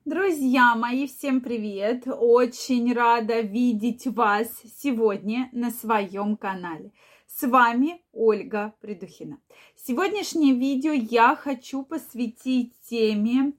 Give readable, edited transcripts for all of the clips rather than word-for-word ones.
Друзья мои, всем привет! Очень рада видеть вас сегодня на своем канале. С вами Ольга Придухина. Сегодняшнее видео я хочу посвятить теме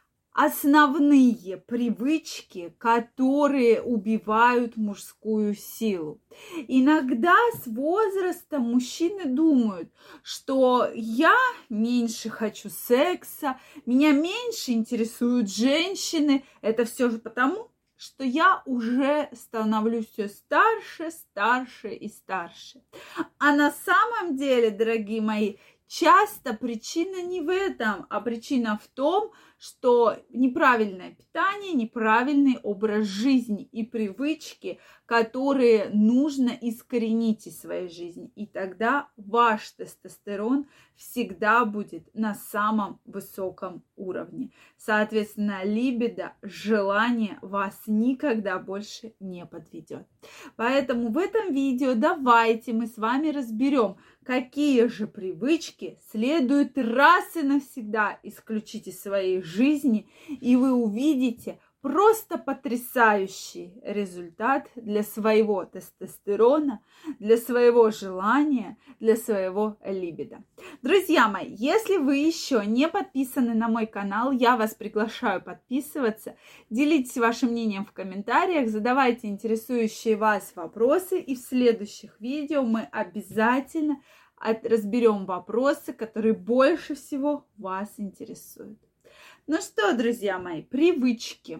основные привычки, которые убивают мужскую силу. Иногда с возрастом мужчины думают, что я меньше хочу секса, меня меньше интересуют женщины. Это все же потому, что я уже становлюсь все старше, старше и старше. А на самом деле, дорогие мои, часто причина не в этом, а причина в том, что неправильное питание, неправильный образ жизни и привычки, которые нужно искоренить из своей жизни. И тогда ваш тестостерон всегда будет на самом высоком уровне. Соответственно, либидо, желание вас никогда больше не подведет. Поэтому в этом видео давайте мы с вами разберем, какие же привычки следует раз и навсегда исключить из своей жизни, и вы увидите просто потрясающий результат для своего тестостерона, для своего желания, для своего либидо. Друзья мои, если вы еще не подписаны на мой канал, я вас приглашаю подписываться, делитесь вашим мнением в комментариях, задавайте интересующие вас вопросы, и в следующих видео мы обязательно разберем вопросы, которые больше всего вас интересуют. Ну что, друзья мои, привычки.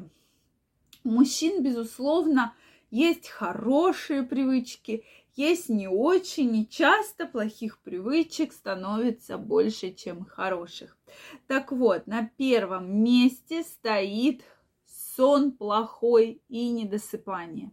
У мужчин, безусловно, есть хорошие привычки, есть не очень, и часто плохих привычек становится больше, чем хороших. Так вот, на первом месте стоит сон плохой и недосыпание.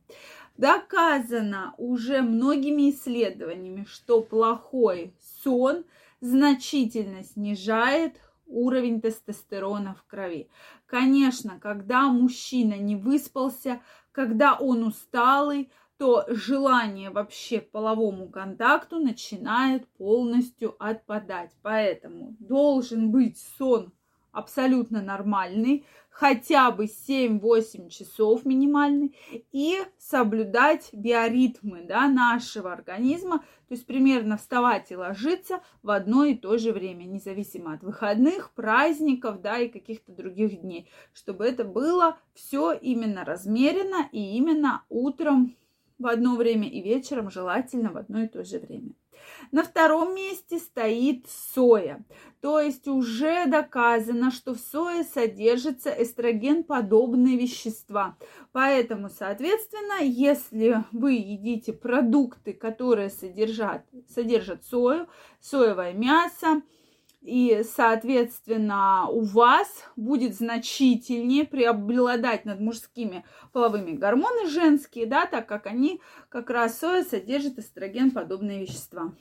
Доказано уже многими исследованиями, что плохой сон значительно снижает уровень тестостерона в крови. Конечно, когда мужчина не выспался, когда он усталый, то желание вообще к половому контакту начинает полностью отпадать. Поэтому должен быть сон абсолютно нормальный, хотя бы 7-8 часов минимальный, и соблюдать биоритмы нашего организма, то есть примерно вставать и ложиться в одно и то же время, независимо от выходных, праздников, и каких-то других дней, чтобы это было все именно размеренно и именно утром в одно время и вечером желательно в одно и то же время. На втором месте стоит соя. То есть уже доказано, что в сое содержатся эстрогенподобные вещества. Поэтому, соответственно, если вы едите продукты, которые содержат сою, соевое мясо, и, соответственно, у вас будет значительнее преобладать над мужскими половыми гормоны женские, так как они, как раз соя, содержит эстрогенподобные вещества.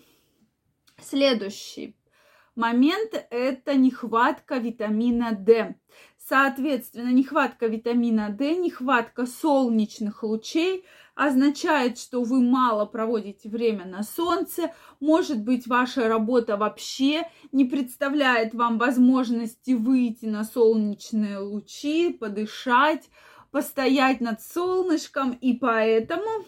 Следующий момент – это нехватка витамина D. Соответственно, нехватка витамина D, нехватка солнечных лучей означает, что вы мало проводите время на солнце. Может быть, ваша работа вообще не представляет вам возможности выйти на солнечные лучи, подышать, постоять над солнышком. И поэтому,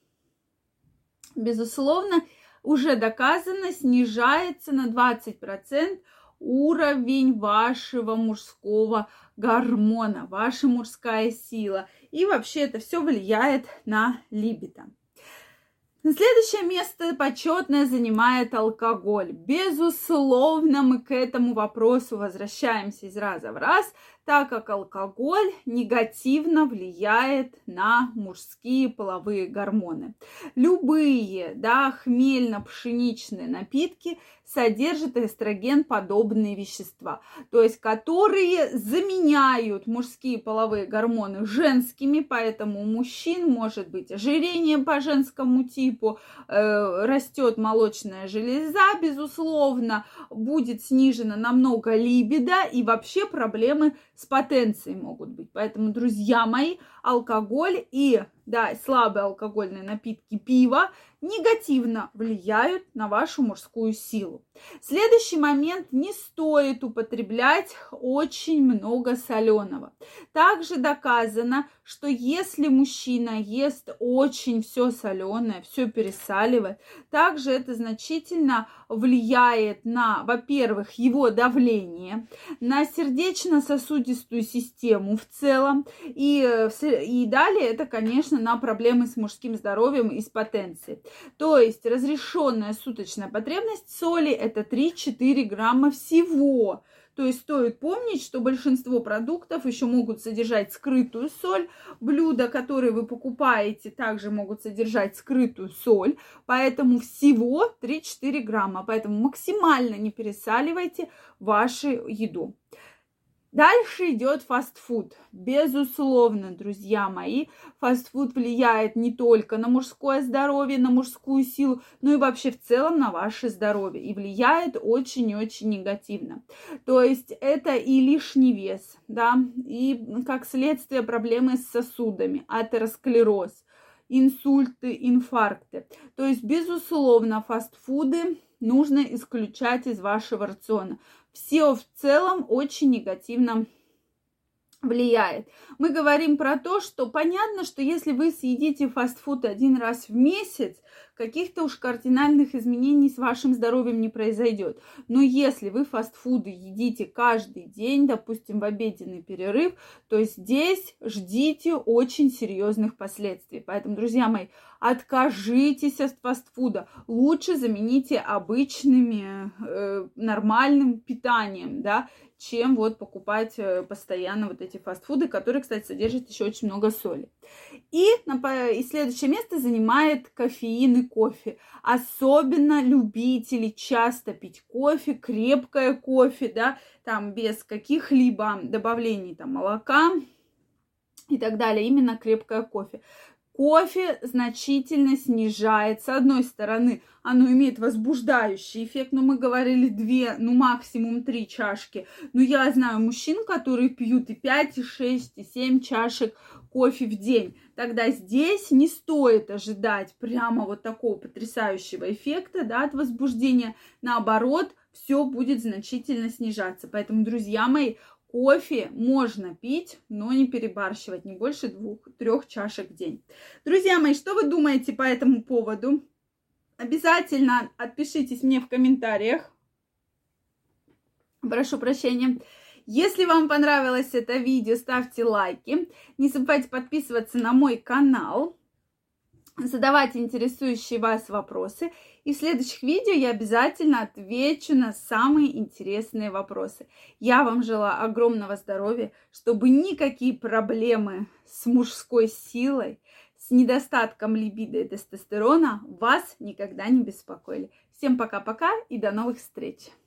безусловно, уже доказано, снижается на 20% уровень вашего мужского гормона, ваша мужская сила. И вообще это все влияет на либидо. Следующее место почетное занимает алкоголь. Безусловно, мы к этому вопросу возвращаемся из раза в раз, так как алкоголь негативно влияет на мужские половые гормоны. Любые, хмельно-пшеничные напитки содержат эстрогенподобные вещества, то есть которые заменяют мужские половые гормоны женскими, поэтому у мужчин может быть ожирение по женскому типу, растет молочная железа, безусловно, будет снижена намного либидо, и вообще проблемы с потенцией могут быть. Поэтому, друзья мои, алкоголь и да, слабые алкогольные напитки, пиво, негативно влияют на вашу мужскую силу. Следующий момент: не стоит употреблять очень много соленого. Также доказано, что если мужчина ест очень все соленое, все пересаливает, также это значительно влияет на, во-первых, его давление, на сердечно-сосудистую систему в целом, и далее это, конечно, на проблемы с мужским здоровьем и с потенцией. То есть разрешенная суточная потребность соли — это 3-4 грамма всего. То есть стоит помнить, что большинство продуктов еще могут содержать скрытую соль. Блюда, которые вы покупаете, также могут содержать скрытую соль. Поэтому всего 3-4 грамма. Поэтому максимально не пересаливайте вашу еду. Дальше идет фастфуд. Безусловно, друзья мои, фастфуд влияет не только на мужское здоровье, на мужскую силу, но и вообще в целом на ваше здоровье. И влияет очень-очень негативно. То есть это и лишний вес, да, и как следствие проблемы с сосудами, атеросклероз, инсульты, инфаркты. То есть, безусловно, фастфуды нужно исключать из вашего рациона. Все в целом очень негативно влияет. Мы говорим про то, что понятно, что если вы съедите фастфуд один раз в месяц, каких-то уж кардинальных изменений с вашим здоровьем не произойдет. Но если вы фастфуды едите каждый день, допустим, в обеденный перерыв, то здесь ждите очень серьезных последствий. Поэтому, друзья мои, откажитесь от фастфуда. Лучше замените обычным нормальным питанием, да, чем вот покупать постоянно вот эти фастфуды, которые, кстати, содержат еще очень много соли. И следующее место занимает кофеин и кофе. Особенно любители часто пить кофе, крепкое кофе, да, там без каких-либо добавлений там молока и так далее, именно крепкое кофе. Кофе значительно снижает. С одной стороны, оно имеет возбуждающий эффект, но мы говорили 2, ну максимум 3 чашки. Но я знаю мужчин, которые пьют и 5, и 6, и 7 чашек кофе в день. Тогда здесь не стоит ожидать прямо вот такого потрясающего эффекта, да, от возбуждения. Наоборот, все будет значительно снижаться. Поэтому, друзья мои, кофе можно пить, но не перебарщивать, не больше 2-3 чашек в день. Друзья мои, что вы думаете по этому поводу? Обязательно отпишитесь мне в комментариях. Прошу прощения. Если вам понравилось это видео, ставьте лайки. Не забывайте подписываться на мой канал, задавать интересующие вас вопросы. И в следующих видео я обязательно отвечу на самые интересные вопросы. Я вам желаю огромного здоровья, чтобы никакие проблемы с мужской силой, с недостатком либидо и тестостерона вас никогда не беспокоили. Всем пока-пока и до новых встреч!